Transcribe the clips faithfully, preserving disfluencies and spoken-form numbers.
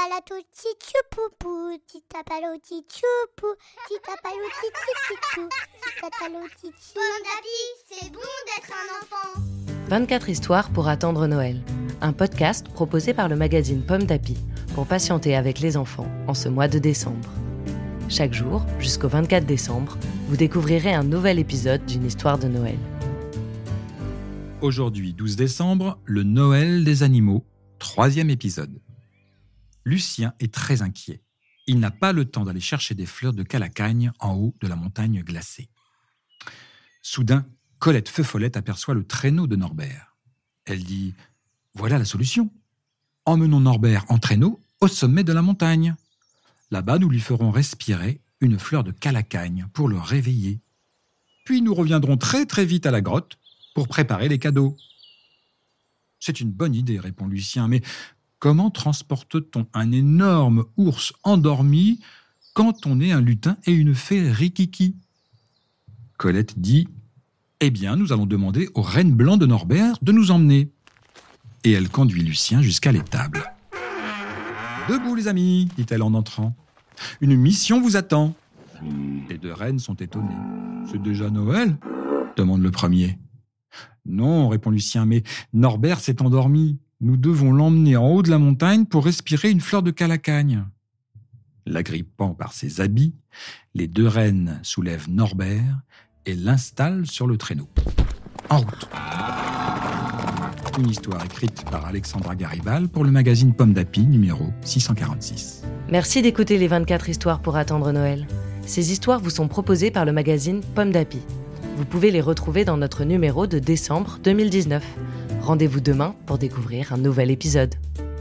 tapalato tchou-pou-pou, titapalo tchou-pou, titapalo tchou-pou, titapalo tchou. Pomme d'Api, c'est bon d'être un enfant. vingt-quatre histoires pour attendre Noël. Un podcast proposé par le magazine Pomme d'Api pour patienter avec les enfants en ce mois de décembre. Chaque jour, jusqu'au vingt-quatre décembre, vous découvrirez un nouvel épisode d'une histoire de Noël. Aujourd'hui, douze décembre, le Noël des animaux, troisième épisode. Lucien est très inquiet. Il n'a pas le temps d'aller chercher des fleurs de calacagne en haut de la montagne glacée. Soudain, Colette Feufolette aperçoit le traîneau de Norbert. Elle dit « Voilà la solution. Emmenons Norbert en traîneau au sommet de la montagne. Là-bas, nous lui ferons respirer une fleur de calacagne pour le réveiller. Puis nous reviendrons très très vite à la grotte pour préparer les cadeaux. » « C'est une bonne idée, répond Lucien, mais comment transporte-t-on un énorme ours endormi quand on est un lutin et une fée rikiki ? Colette dit « Eh bien, nous allons demander au renne blanc de Norbert de nous emmener. » Et elle conduit Lucien jusqu'à l'étable. « Debout, les amis, dit-elle en entrant. Une mission vous attend. » Les deux rennes sont étonnés. « C'est déjà Noël ?» demande le premier. « Non, répond Lucien, mais Norbert s'est endormi. Nous devons l'emmener en haut de la montagne pour respirer une fleur de calacagne. » L'agrippant par ses habits, les deux rennes soulèvent Norbert et l'installent sur le traîneau. En route. Une histoire écrite par Alexandra Garibal pour le magazine Pomme d'Api numéro six cent quarante-six. Merci d'écouter les vingt-quatre histoires pour attendre Noël. Ces histoires vous sont proposées par le magazine Pomme d'Api. Vous pouvez les retrouver dans notre numéro de décembre deux mille dix-neuf. Rendez-vous demain pour découvrir un nouvel épisode.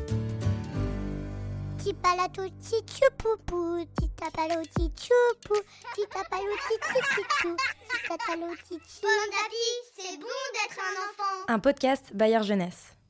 Tipalato tchou-pou-pou, titapalo tchou-pou, titapalo tchou-pou, titapalo tchou. Pomme d'Api, c'est bon d'être un enfant. Un podcast Bayer Jeunesse.